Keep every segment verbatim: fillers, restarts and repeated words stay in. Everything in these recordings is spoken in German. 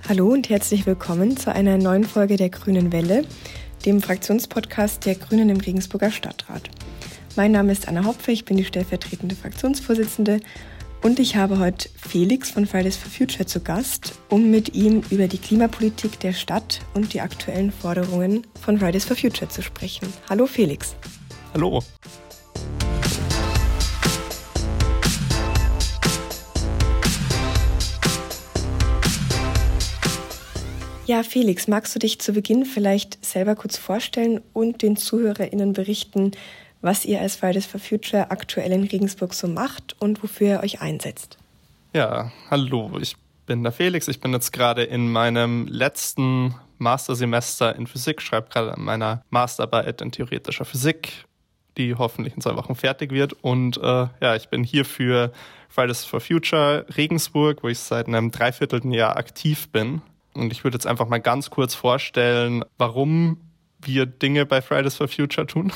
Hallo und herzlich willkommen zu einer neuen Folge der Grünen Welle, dem Fraktionspodcast der Grünen im Regensburger Stadtrat. Mein Name ist Anna Hopfe, ich bin die stellvertretende Fraktionsvorsitzende und ich habe heute Felix von Fridays for Future zu Gast, um mit ihm über die Klimapolitik der Stadt und die aktuellen Forderungen von Fridays for Future zu sprechen. Hallo Felix. Hallo. Ja, Felix, magst du dich zu Beginn vielleicht selber kurz vorstellen und den ZuhörerInnen berichten, was ihr als Fridays for Future aktuell in Regensburg so macht und wofür ihr euch einsetzt? Ja, hallo, ich bin der Felix. Ich bin jetzt gerade in meinem letzten Mastersemester in Physik, schreibe gerade an meiner Masterarbeit in theoretischer Physik, die hoffentlich in zwei Wochen fertig wird. Und äh, ja, ich bin hier für Fridays for Future Regensburg, wo ich seit einem dreiviertelten Jahr aktiv bin. Und ich würde jetzt einfach mal ganz kurz vorstellen, warum wir Dinge bei Fridays for Future tun.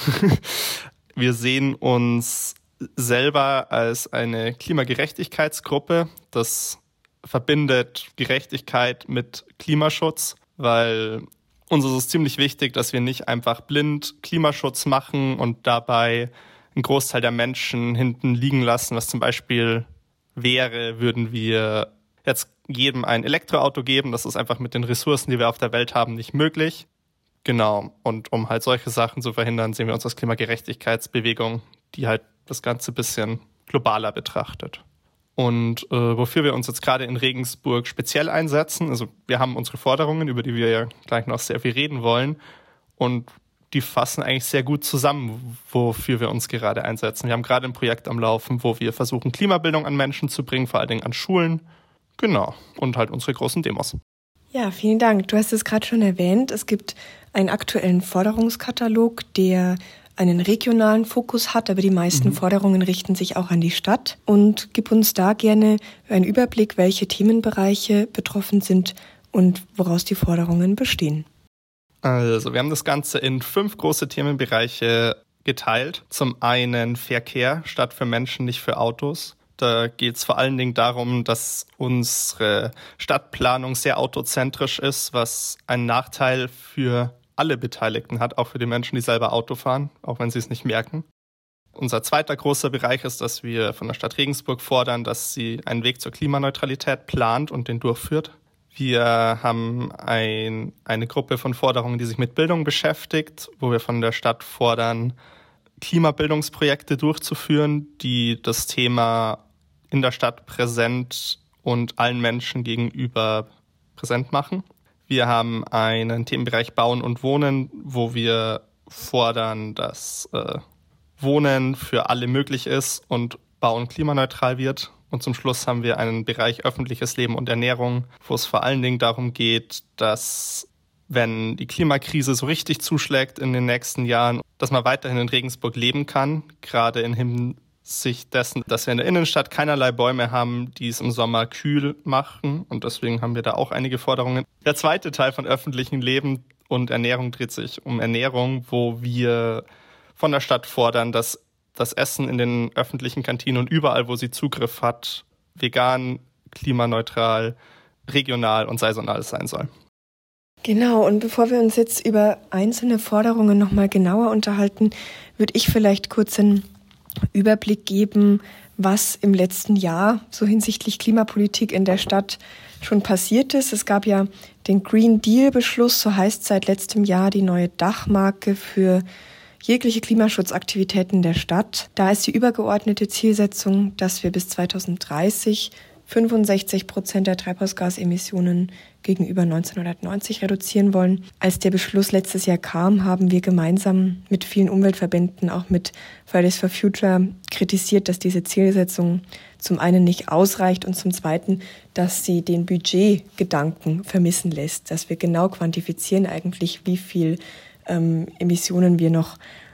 Wir sehen uns selber als eine Klimagerechtigkeitsgruppe. Das verbindet Gerechtigkeit mit Klimaschutz, weil uns ist es ziemlich wichtig, dass wir nicht einfach blind Klimaschutz machen und dabei einen Großteil der Menschen hinten liegen lassen, was zum Beispiel wäre, würden wir jetzt jedem ein Elektroauto geben. Das ist einfach mit den Ressourcen, die wir auf der Welt haben, nicht möglich. Genau. Und um halt solche Sachen zu verhindern, sehen wir uns als Klimagerechtigkeitsbewegung, die halt das Ganze ein bisschen globaler betrachtet. Und äh, wofür wir uns jetzt gerade in Regensburg speziell einsetzen, also wir haben unsere Forderungen, über die wir ja gleich noch sehr viel reden wollen. Und die fassen eigentlich sehr gut zusammen, wofür wir uns gerade einsetzen. Wir haben gerade ein Projekt am Laufen, wo wir versuchen, Klimabildung an Menschen zu bringen, vor allen Dingen an Schulen. Genau, und halt unsere großen Demos. Ja, vielen Dank. Du hast es gerade schon erwähnt. Es gibt einen aktuellen Forderungskatalog, der einen regionalen Fokus hat, aber die meisten mhm. Forderungen richten sich auch an die Stadt. Und gib uns da gerne einen Überblick, welche Themenbereiche betroffen sind und woraus die Forderungen bestehen. Also, wir haben das Ganze in fünf große Themenbereiche geteilt. Zum einen Verkehr, Stadt für Menschen, nicht für Autos. Da geht es vor allen Dingen darum, dass unsere Stadtplanung sehr autozentrisch ist, was einen Nachteil für alle Beteiligten hat, auch für die Menschen, die selber Auto fahren, auch wenn sie es nicht merken. Unser zweiter großer Bereich ist, dass wir von der Stadt Regensburg fordern, dass sie einen Weg zur Klimaneutralität plant und den durchführt. Wir haben ein, eine Gruppe von Forderungen, die sich mit Bildung beschäftigt, wo wir von der Stadt fordern, Klimabildungsprojekte durchzuführen, die das Thema in der Stadt präsent und allen Menschen gegenüber präsent machen. Wir haben einen Themenbereich Bauen und Wohnen, wo wir fordern, dass äh, Wohnen für alle möglich ist und Bauen klimaneutral wird. Und zum Schluss haben wir einen Bereich öffentliches Leben und Ernährung, wo es vor allen Dingen darum geht, dass wenn die Klimakrise so richtig zuschlägt in den nächsten Jahren, dass man weiterhin in Regensburg leben kann, gerade in Hinsicht dessen, dass wir in der Innenstadt keinerlei Bäume haben, die es im Sommer kühl machen. Und deswegen haben wir da auch einige Forderungen. Der zweite Teil von öffentlichem Leben und Ernährung dreht sich um Ernährung, wo wir von der Stadt fordern, dass das Essen in den öffentlichen Kantinen und überall, wo sie Zugriff hat, vegan, klimaneutral, regional und saisonal sein soll. Genau, und bevor wir uns jetzt über einzelne Forderungen nochmal genauer unterhalten, würde ich vielleicht kurz einen Überblick geben, was im letzten Jahr so hinsichtlich Klimapolitik in der Stadt schon passiert ist. Es gab ja den Green Deal-Beschluss, so heißt seit letztem Jahr die neue Dachmarke für jegliche Klimaschutzaktivitäten der Stadt. Da ist die übergeordnete Zielsetzung, dass wir bis zweitausenddreißig fünfundsechzig Prozent der Treibhausgasemissionen gegenüber neunzehnhundertneunzig reduzieren wollen. Als der Beschluss letztes Jahr kam, haben wir gemeinsam mit vielen Umweltverbänden, auch mit Fridays for Future, kritisiert, dass diese Zielsetzung zum einen nicht ausreicht und zum zweiten, dass sie den Budgetgedanken vermissen lässt, dass wir genau quantifizieren eigentlich, wie viel ähm, Emissionen wir noch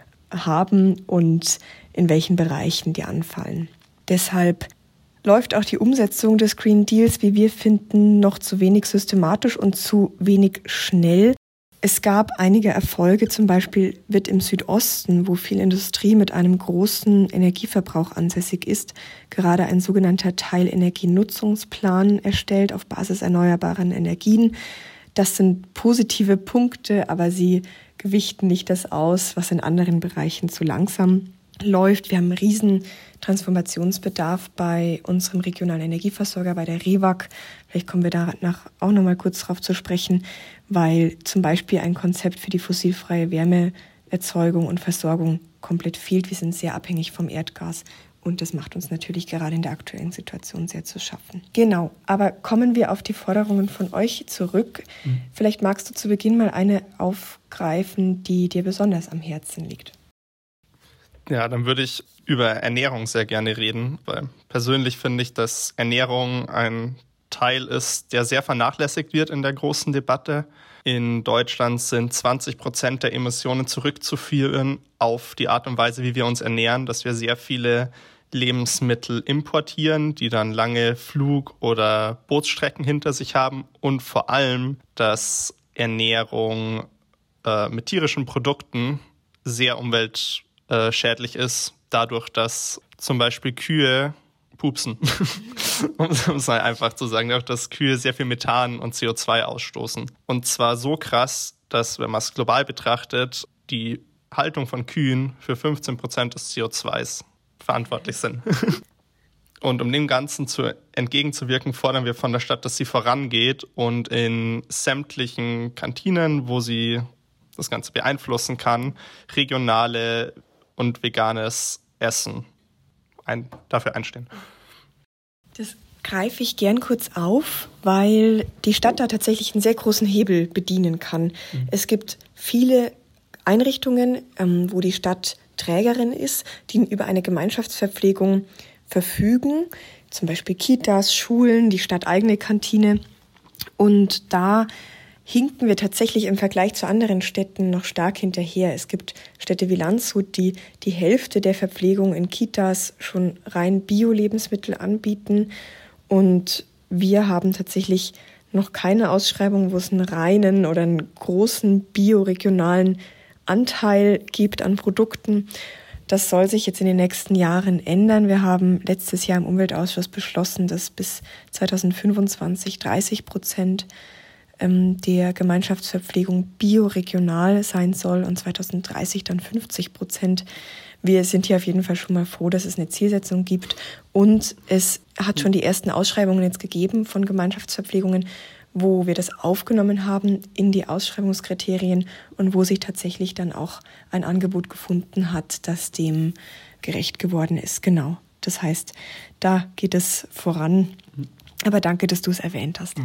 haben und in welchen Bereichen die anfallen. Deshalb läuft auch die Umsetzung des Green Deals, wie wir finden, noch zu wenig systematisch und zu wenig schnell. Es gab einige Erfolge, zum Beispiel wird im Südosten, wo viel Industrie mit einem großen Energieverbrauch ansässig ist, gerade ein sogenannter Teilenergienutzungsplan erstellt auf Basis erneuerbaren Energien. Das sind positive Punkte, aber sie gewichten nicht das aus, was in anderen Bereichen zu langsam läuft. Wir haben einen riesen Transformationsbedarf bei unserem regionalen Energieversorger, bei der R E W A G. Vielleicht kommen wir danach auch noch mal kurz drauf zu sprechen, weil zum Beispiel ein Konzept für die fossilfreie Wärmeerzeugung und Versorgung komplett fehlt. Wir sind sehr abhängig vom Erdgas und das macht uns natürlich gerade in der aktuellen Situation sehr zu schaffen. Genau, aber kommen wir auf die Forderungen von euch zurück. Mhm. Vielleicht magst du zu Beginn mal eine aufgreifen, die dir besonders am Herzen liegt. Ja, dann würde ich über Ernährung sehr gerne reden, weil persönlich finde ich, dass Ernährung ein Teil ist, der sehr vernachlässigt wird in der großen Debatte. In Deutschland sind zwanzig Prozent der Emissionen zurückzuführen auf die Art und Weise, wie wir uns ernähren, dass wir sehr viele Lebensmittel importieren, die dann lange Flug- oder Bootsstrecken hinter sich haben und vor allem, dass Ernährung äh, mit tierischen Produkten sehr umwelt Äh, schädlich ist, dadurch, dass zum Beispiel Kühe pupsen, um es mal einfach zu sagen, dadurch, dass Kühe sehr viel Methan und C O zwei ausstoßen. Und zwar so krass, dass, wenn man es global betrachtet, die Haltung von Kühen für fünfzehn Prozent des C O zwei verantwortlich sind. Und um dem Ganzen zu, entgegenzuwirken, fordern wir von der Stadt, dass sie vorangeht und in sämtlichen Kantinen, wo sie das Ganze beeinflussen kann, regionale und veganes Essen ein, dafür einstehen. Das greife ich gern kurz auf, weil die Stadt da tatsächlich einen sehr großen Hebel bedienen kann. Mhm. Es gibt viele Einrichtungen, ähm, wo die Stadt Trägerin ist, die über eine Gemeinschaftsverpflegung verfügen, zum Beispiel Kitas, Schulen, die stadteigene Kantine. Und da hinken wir tatsächlich im Vergleich zu anderen Städten noch stark hinterher. Es gibt Städte wie Landshut, die die Hälfte der Verpflegung in Kitas schon rein Bio-Lebensmittel anbieten. Und wir haben tatsächlich noch keine Ausschreibung, wo es einen reinen oder einen großen bioregionalen Anteil gibt an Produkten. Das soll sich jetzt in den nächsten Jahren ändern. Wir haben letztes Jahr im Umweltausschuss beschlossen, dass bis zweitausendfünfundzwanzig dreißig Prozent der Gemeinschaftsverpflegung bioregional sein soll und zweitausenddreißig dann fünfzig Prozent. Wir sind hier auf jeden Fall schon mal froh, dass es eine Zielsetzung gibt und es hat schon die ersten Ausschreibungen jetzt gegeben von Gemeinschaftsverpflegungen, wo wir das aufgenommen haben in die Ausschreibungskriterien und wo sich tatsächlich dann auch ein Angebot gefunden hat, das dem gerecht geworden ist. Genau. Das heißt, da geht es voran. Aber danke, dass du es erwähnt hast.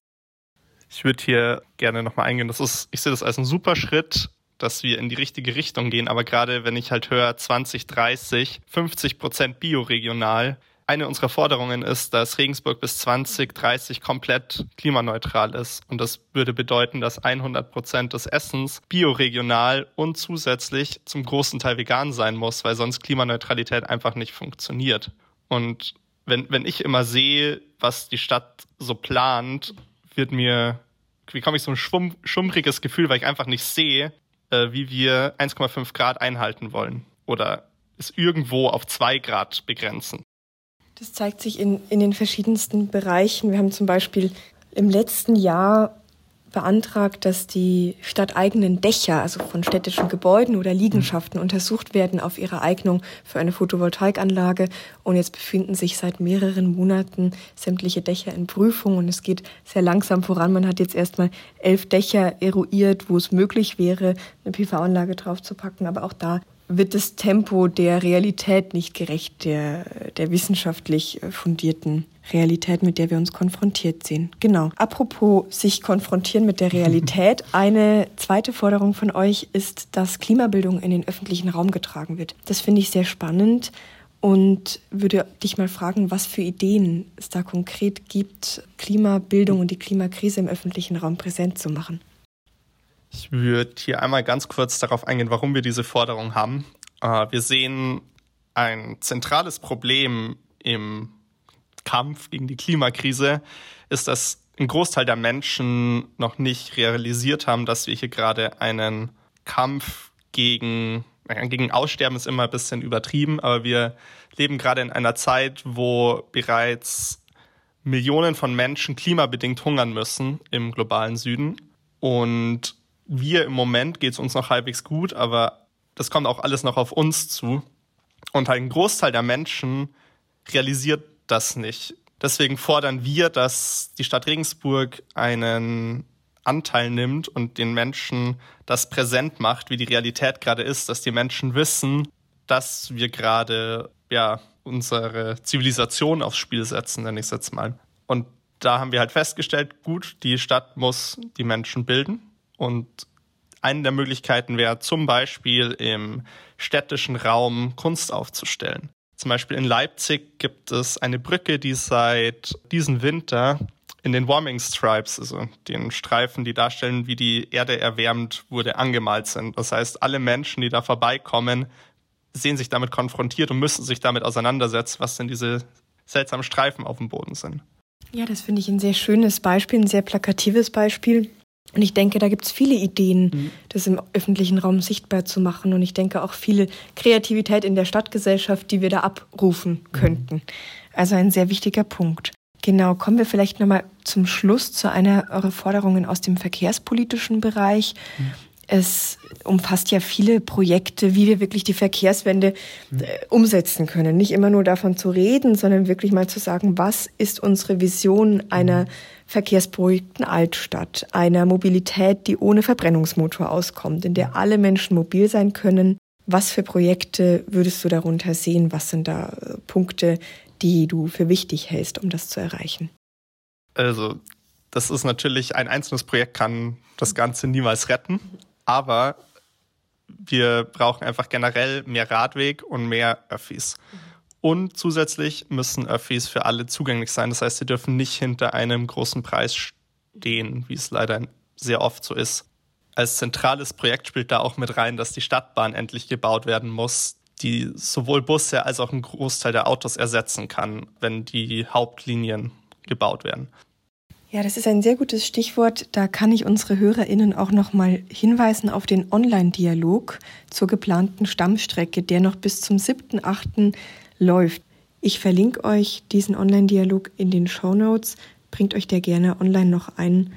Ich würde hier gerne nochmal eingehen. Das ist, ich sehe das als einen super Schritt, dass wir in die richtige Richtung gehen. Aber gerade wenn ich halt höre, zwanzig dreißig, fünfzig Prozent bioregional. Eine unserer Forderungen ist, dass Regensburg bis zwanzig dreißig komplett klimaneutral ist. Und das würde bedeuten, dass hundert Prozent des Essens bioregional und zusätzlich zum großen Teil vegan sein muss, weil sonst Klimaneutralität einfach nicht funktioniert. Und wenn, wenn ich immer sehe, was die Stadt so plant, wird mir, bekomme ich so ein schwumm, schummriges Gefühl, weil ich einfach nicht sehe, äh, wie wir eins Komma fünf Grad einhalten wollen oder es irgendwo auf zwei Grad begrenzen. Das zeigt sich in, in den verschiedensten Bereichen. Wir haben zum Beispiel im letzten Jahr beantragt, dass die stadteigenen Dächer, also von städtischen Gebäuden oder Liegenschaften, untersucht werden auf ihre Eignung für eine Photovoltaikanlage. Und jetzt befinden sich seit mehreren Monaten sämtliche Dächer in Prüfung und es geht sehr langsam voran. Man hat jetzt erstmal elf Dächer eruiert, wo es möglich wäre, eine P V-Anlage draufzupacken. Aber auch da wird das Tempo der Realität nicht gerecht, der, der wissenschaftlich fundierten Realität, mit der wir uns konfrontiert sehen. Genau. Apropos sich konfrontieren mit der Realität. Eine zweite Forderung von euch ist, dass Klimabildung in den öffentlichen Raum getragen wird. Das finde ich sehr spannend und würde dich mal fragen, was für Ideen es da konkret gibt, Klimabildung und die Klimakrise im öffentlichen Raum präsent zu machen. Ich würde hier einmal ganz kurz darauf eingehen, warum wir diese Forderung haben. Wir sehen ein zentrales Problem im Kampf gegen die Klimakrise, ist, dass ein Großteil der Menschen noch nicht realisiert haben, dass wir hier gerade einen Kampf gegen, gegen Aussterben ist immer ein bisschen übertrieben, aber wir leben gerade in einer Zeit, wo bereits Millionen von Menschen klimabedingt hungern müssen im globalen Süden. Und wir im Moment geht es uns noch halbwegs gut, aber das kommt auch alles noch auf uns zu. Und halt ein Großteil der Menschen realisiert das nicht. Deswegen fordern wir, dass die Stadt Regensburg einen Anteil nimmt und den Menschen das präsent macht, wie die Realität gerade ist, dass die Menschen wissen, dass wir gerade ja unsere Zivilisation aufs Spiel setzen, nenne ich es jetzt mal. Und da haben wir halt festgestellt, gut, die Stadt muss die Menschen bilden. Und eine der Möglichkeiten wäre zum Beispiel im städtischen Raum Kunst aufzustellen. Zum Beispiel in Leipzig gibt es eine Brücke, die seit diesem Winter in den Warming Stripes, also den Streifen, die darstellen, wie die Erde erwärmt wurde, angemalt sind. Das heißt, alle Menschen, die da vorbeikommen, sehen sich damit konfrontiert und müssen sich damit auseinandersetzen, was denn diese seltsamen Streifen auf dem Boden sind. Ja, das finde ich ein sehr schönes Beispiel, ein sehr plakatives Beispiel. Und ich denke, da gibt es viele Ideen, mhm. das im öffentlichen Raum sichtbar zu machen. Und ich denke auch viele Kreativität in der Stadtgesellschaft, die wir da abrufen könnten. Mhm. Also ein sehr wichtiger Punkt. Genau, kommen wir vielleicht nochmal zum Schluss zu einer eurer Forderungen aus dem verkehrspolitischen Bereich. Mhm. Es umfasst ja viele Projekte, wie wir wirklich die Verkehrswende äh, umsetzen können. Nicht immer nur davon zu reden, sondern wirklich mal zu sagen, was ist unsere Vision einer verkehrsberuhigten Altstadt, einer Mobilität, die ohne Verbrennungsmotor auskommt, in der alle Menschen mobil sein können. Was für Projekte würdest du darunter sehen? Was sind da äh, Punkte, die du für wichtig hältst, um das zu erreichen? Also, das ist natürlich, ein einzelnes Projekt kann das Ganze niemals retten. Aber wir brauchen einfach generell mehr Radweg und mehr Öffis. Und zusätzlich müssen Öffis für alle zugänglich sein. Das heißt, sie dürfen nicht hinter einem großen Preis stehen, wie es leider sehr oft so ist. Als zentrales Projekt spielt da auch mit rein, dass die Stadtbahn endlich gebaut werden muss, die sowohl Busse als auch einen Großteil der Autos ersetzen kann, wenn die Hauptlinien gebaut werden. Ja, das ist ein sehr gutes Stichwort. Da kann ich unsere HörerInnen auch noch mal hinweisen auf den Online-Dialog zur geplanten Stammstrecke, der noch bis zum siebten achten läuft. Ich verlinke euch diesen Online-Dialog in den Shownotes. Bringt euch der gerne online noch ein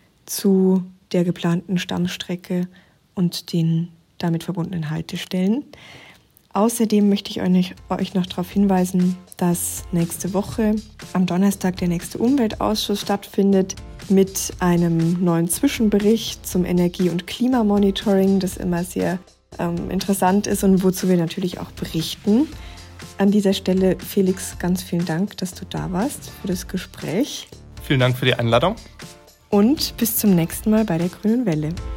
zu der geplanten Stammstrecke und den damit verbundenen Haltestellen. Außerdem möchte ich euch noch darauf hinweisen, dass nächste Woche am Donnerstag der nächste Umweltausschuss stattfindet mit einem neuen Zwischenbericht zum Energie- und Klimamonitoring, das immer sehr ähm, interessant ist und wozu wir natürlich auch berichten. An dieser Stelle, Felix, ganz vielen Dank, dass du da warst für das Gespräch. Vielen Dank für die Einladung. Und bis zum nächsten Mal bei der Grünen Welle.